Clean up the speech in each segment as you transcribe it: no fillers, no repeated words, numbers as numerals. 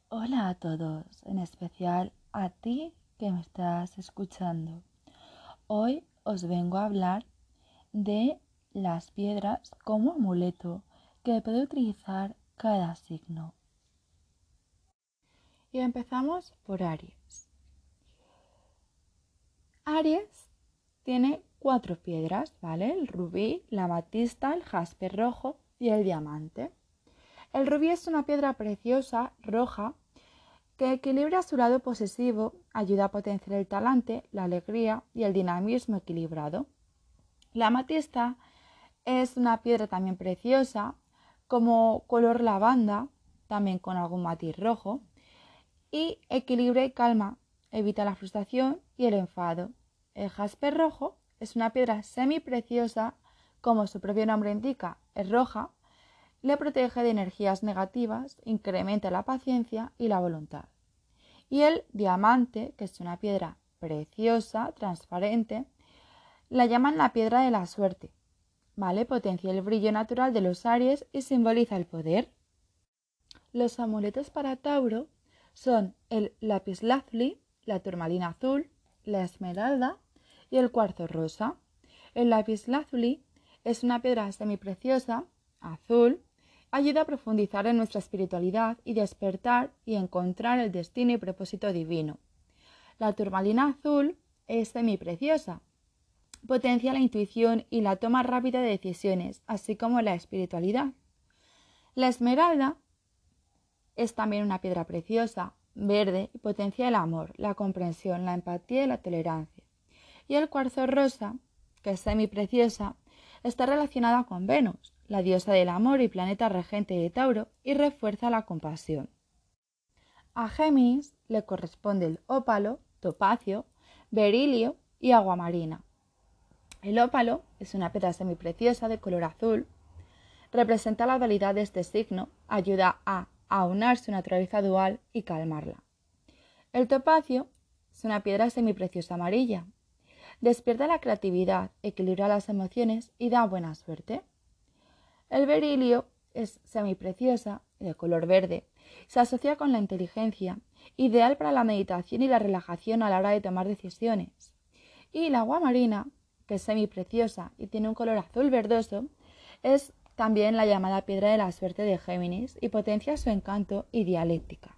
Hola a todos, en especial a ti que me estás escuchando. Hoy os vengo a hablar de las piedras como amuleto que puede utilizar cada signo. Y empezamos por Aries. Aries tiene 4 piedras, ¿vale? El rubí, la amatista, el jaspe rojo y el diamante. El rubí es una piedra preciosa, roja, que equilibra su lado posesivo, ayuda a potenciar el talante, la alegría y el dinamismo equilibrado. La amatista es una piedra también preciosa, como color lavanda, también con algún matiz rojo, y equilibra y calma, evita la frustración y el enfado. El jaspe rojo es una piedra semipreciosa, como su propio nombre indica, es roja, le protege de energías negativas, incrementa la paciencia y la voluntad. Y el diamante, que es una piedra preciosa, transparente, la llaman la piedra de la suerte, ¿vale? Potencia el brillo natural de los Aries y simboliza el poder. Los amuletos para Tauro son el lapislázuli, la turmalina azul, la esmeralda y el cuarzo rosa. El lapislázuli es una piedra semipreciosa, azul, ayuda a profundizar en nuestra espiritualidad y despertar y encontrar el destino y propósito divino. La turmalina azul es semipreciosa, potencia la intuición y la toma rápida de decisiones, así como la espiritualidad. La esmeralda es también una piedra preciosa, verde, y potencia el amor, la comprensión, la empatía y la tolerancia. Y el cuarzo rosa, que es semipreciosa, está relacionada con Venus, la diosa del amor y planeta regente de Tauro, y refuerza la compasión. A Géminis le corresponde el ópalo, topacio, berilio y aguamarina. El ópalo es una piedra semipreciosa de color azul, representa la dualidad de este signo, ayuda a aunar su naturaleza dual y calmarla. El topacio es una piedra semipreciosa amarilla, despierta la creatividad, equilibra las emociones y da buena suerte. El berilio es semipreciosa, de color verde, se asocia con la inteligencia, ideal para la meditación y la relajación a la hora de tomar decisiones. Y la aguamarina, que es semipreciosa y tiene un color azul verdoso, es también la llamada piedra de la suerte de Géminis y potencia su encanto y dialéctica.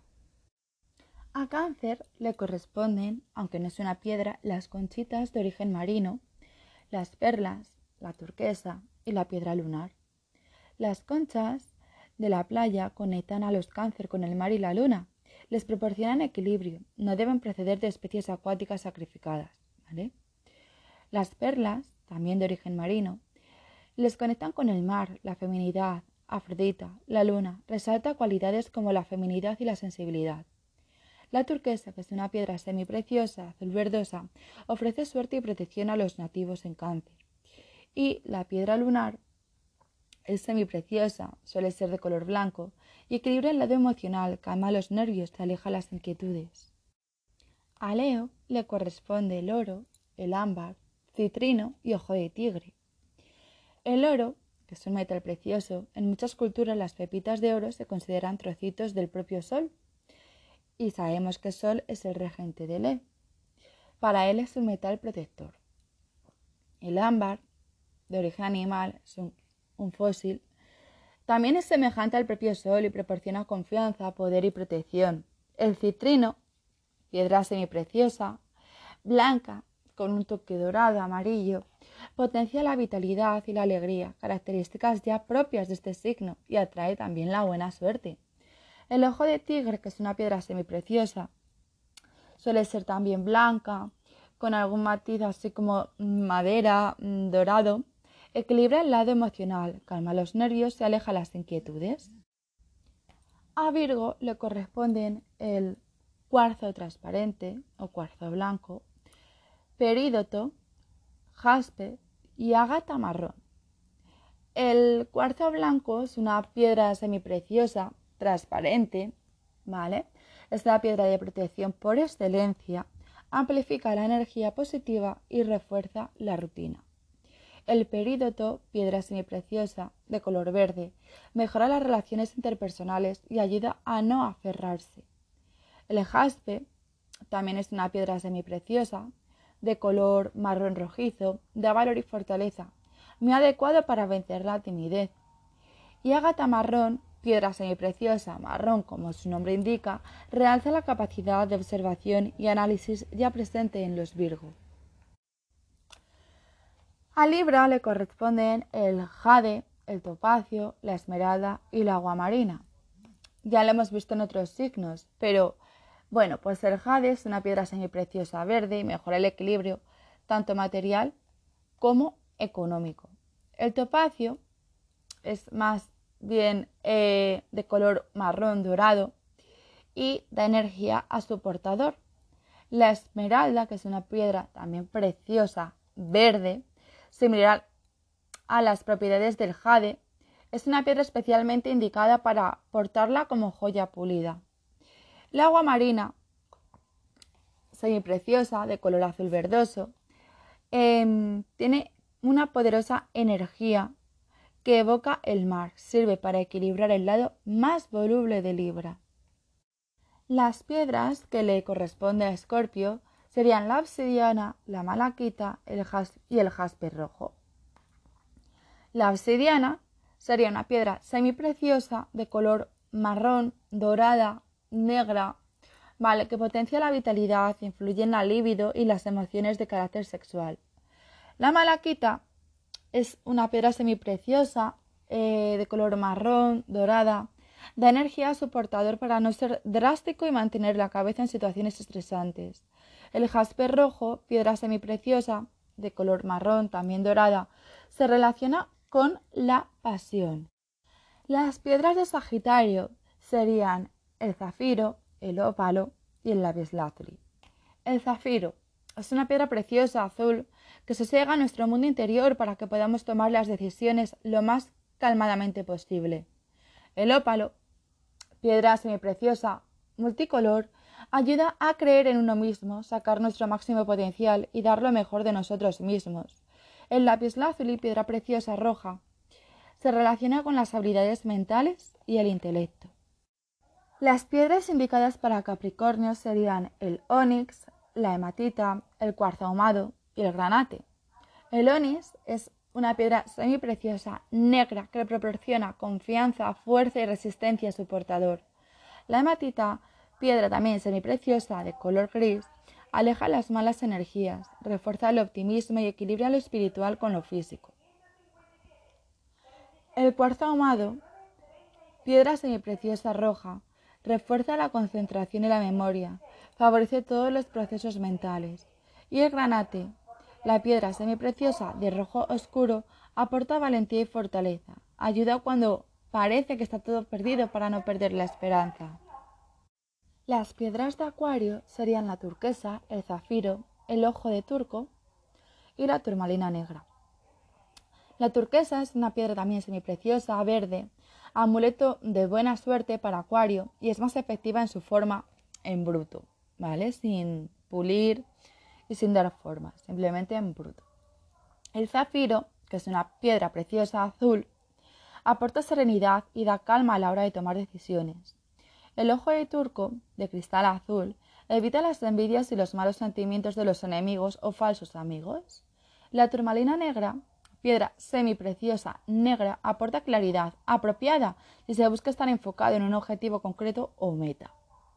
A Cáncer le corresponden, aunque no es una piedra, las conchitas de origen marino, las perlas, la turquesa y la piedra lunar. Las conchas de la playa conectan a los Cáncer con el mar y la luna. Les proporcionan equilibrio, no deben proceder de especies acuáticas sacrificadas, ¿vale? Las perlas, también de origen marino, les conectan con el mar, la feminidad, Afrodita, la luna, resalta cualidades como la feminidad y la sensibilidad. La turquesa, que es una piedra semipreciosa, azul verdosa, ofrece suerte y protección a los nativos en Cáncer. Y la piedra lunar es semipreciosa, suele ser de color blanco y equilibra el lado emocional, calma los nervios y aleja las inquietudes. A Leo le corresponde el oro, el ámbar, citrino y ojo de tigre. El oro, que es un metal precioso, en muchas culturas las pepitas de oro se consideran trocitos del propio sol y sabemos que el sol es el regente de Leo. Para él es un metal protector. El ámbar, de origen animal, es un fósil. También es semejante al propio sol y proporciona confianza, poder y protección. El citrino, piedra semipreciosa, blanca, con un toque dorado, amarillo, potencia la vitalidad y la alegría, características ya propias de este signo, y atrae también la buena suerte. El ojo de tigre, que es una piedra semipreciosa, suele ser también blanca, con algún matiz así como madera, dorado. Equilibra el lado emocional, calma los nervios y aleja las inquietudes. A Virgo le corresponden el cuarzo transparente o cuarzo blanco, perídoto, jaspe y ágata marrón. El cuarzo blanco es una piedra semipreciosa, transparente, ¿vale? Es la piedra de protección por excelencia, amplifica la energía positiva y refuerza la rutina. El perídoto, piedra semipreciosa, de color verde, mejora las relaciones interpersonales y ayuda a no aferrarse. El jaspe también es una piedra semipreciosa, de color marrón rojizo, da valor y fortaleza, muy adecuado para vencer la timidez. Y ágata marrón, piedra semipreciosa marrón como su nombre indica, realza la capacidad de observación y análisis ya presente en los Virgo. A Libra le corresponden el jade, el topacio, la esmeralda y la aguamarina. Ya lo hemos visto en otros signos, pero bueno, pues el jade es una piedra semipreciosa verde y mejora el equilibrio tanto material como económico. El topacio es más bien de color marrón dorado y da energía a su portador. La esmeralda, que es una piedra también preciosa verde, similar a las propiedades del jade, es una piedra especialmente indicada para portarla como joya pulida. La agua marina, semipreciosa, de color azul verdoso, tiene una poderosa energía que evoca el mar. Sirve para equilibrar el lado más voluble de Libra. Las piedras que le corresponde a Escorpio serían la obsidiana, la malaquita y el jaspe rojo. La obsidiana sería una piedra semipreciosa de color marrón, dorada, negra, ¿vale? Que potencia la vitalidad, influye en la libido y las emociones de carácter sexual. La malaquita es una piedra semipreciosa de color marrón, dorada, da energía a su portador para no ser drástico y mantener la cabeza en situaciones estresantes. El jaspe rojo, piedra semipreciosa de color marrón, también dorada, se relaciona con la pasión. Las piedras de Sagitario serían el zafiro, el ópalo y el lapislázuli. El zafiro es una piedra preciosa azul que sosiega nuestro mundo interior para que podamos tomar las decisiones lo más calmadamente posible. El ópalo, piedra semipreciosa multicolor, ayuda a creer en uno mismo, sacar nuestro máximo potencial y dar lo mejor de nosotros mismos. El lapislázuli, piedra preciosa roja, se relaciona con las habilidades mentales y el intelecto. Las piedras indicadas para Capricornio serían el ónix, la hematita, el cuarzo ahumado y el granate. El ónix es una piedra semipreciosa negra que proporciona confianza, fuerza y resistencia a su portador. La hematita, piedra también semipreciosa de color gris, aleja las malas energías, refuerza el optimismo y equilibra lo espiritual con lo físico. El cuarzo ahumado, piedra semipreciosa roja, refuerza la concentración y la memoria, favorece todos los procesos mentales. Y el granate, la piedra semipreciosa de rojo oscuro, aporta valentía y fortaleza, ayuda cuando parece que está todo perdido para no perder la esperanza. Las piedras de Acuario serían la turquesa, el zafiro, el ojo de turco y la turmalina negra. La turquesa es una piedra también semipreciosa, verde, amuleto de buena suerte para Acuario y es más efectiva en su forma en bruto, ¿vale? Sin pulir y sin dar formas, simplemente en bruto. El zafiro, que es una piedra preciosa azul, aporta serenidad y da calma a la hora de tomar decisiones. El ojo de turco, de cristal azul, evita las envidias y los malos sentimientos de los enemigos o falsos amigos. La turmalina negra, piedra semipreciosa negra, aporta claridad, apropiada si se busca estar enfocado en un objetivo concreto o meta.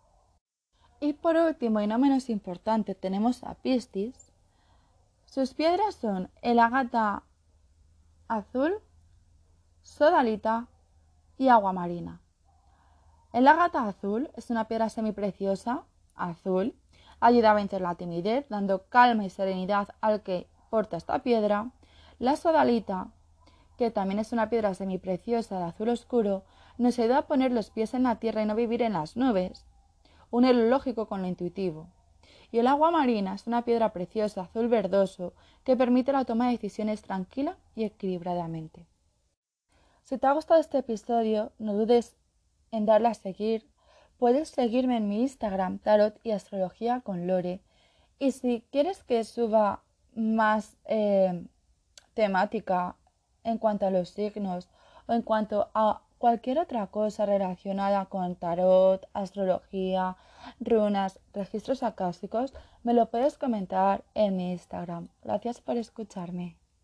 Y por último, y no menos importante, tenemos a Piscis. Sus piedras son el ágata azul, sodalita y agua marina. El ágata azul es una piedra semipreciosa, azul, ayuda a vencer la timidez, dando calma y serenidad al que porta esta piedra. La sodalita, que también es una piedra semipreciosa de azul oscuro, nos ayuda a poner los pies en la tierra y no vivir en las nubes. Une lo lógico con lo intuitivo. Y el agua marina es una piedra preciosa azul verdoso que permite la toma de decisiones tranquila y equilibradamente. Si te ha gustado este episodio, no dudes en darle a seguir. Puedes seguirme en mi Instagram, Tarot y Astrología con Lore. Y si quieres que suba más temática en cuanto a los signos o en cuanto a cualquier otra cosa relacionada con tarot, astrología, runas, registros acásticos, me lo puedes comentar en mi Instagram. Gracias por escucharme.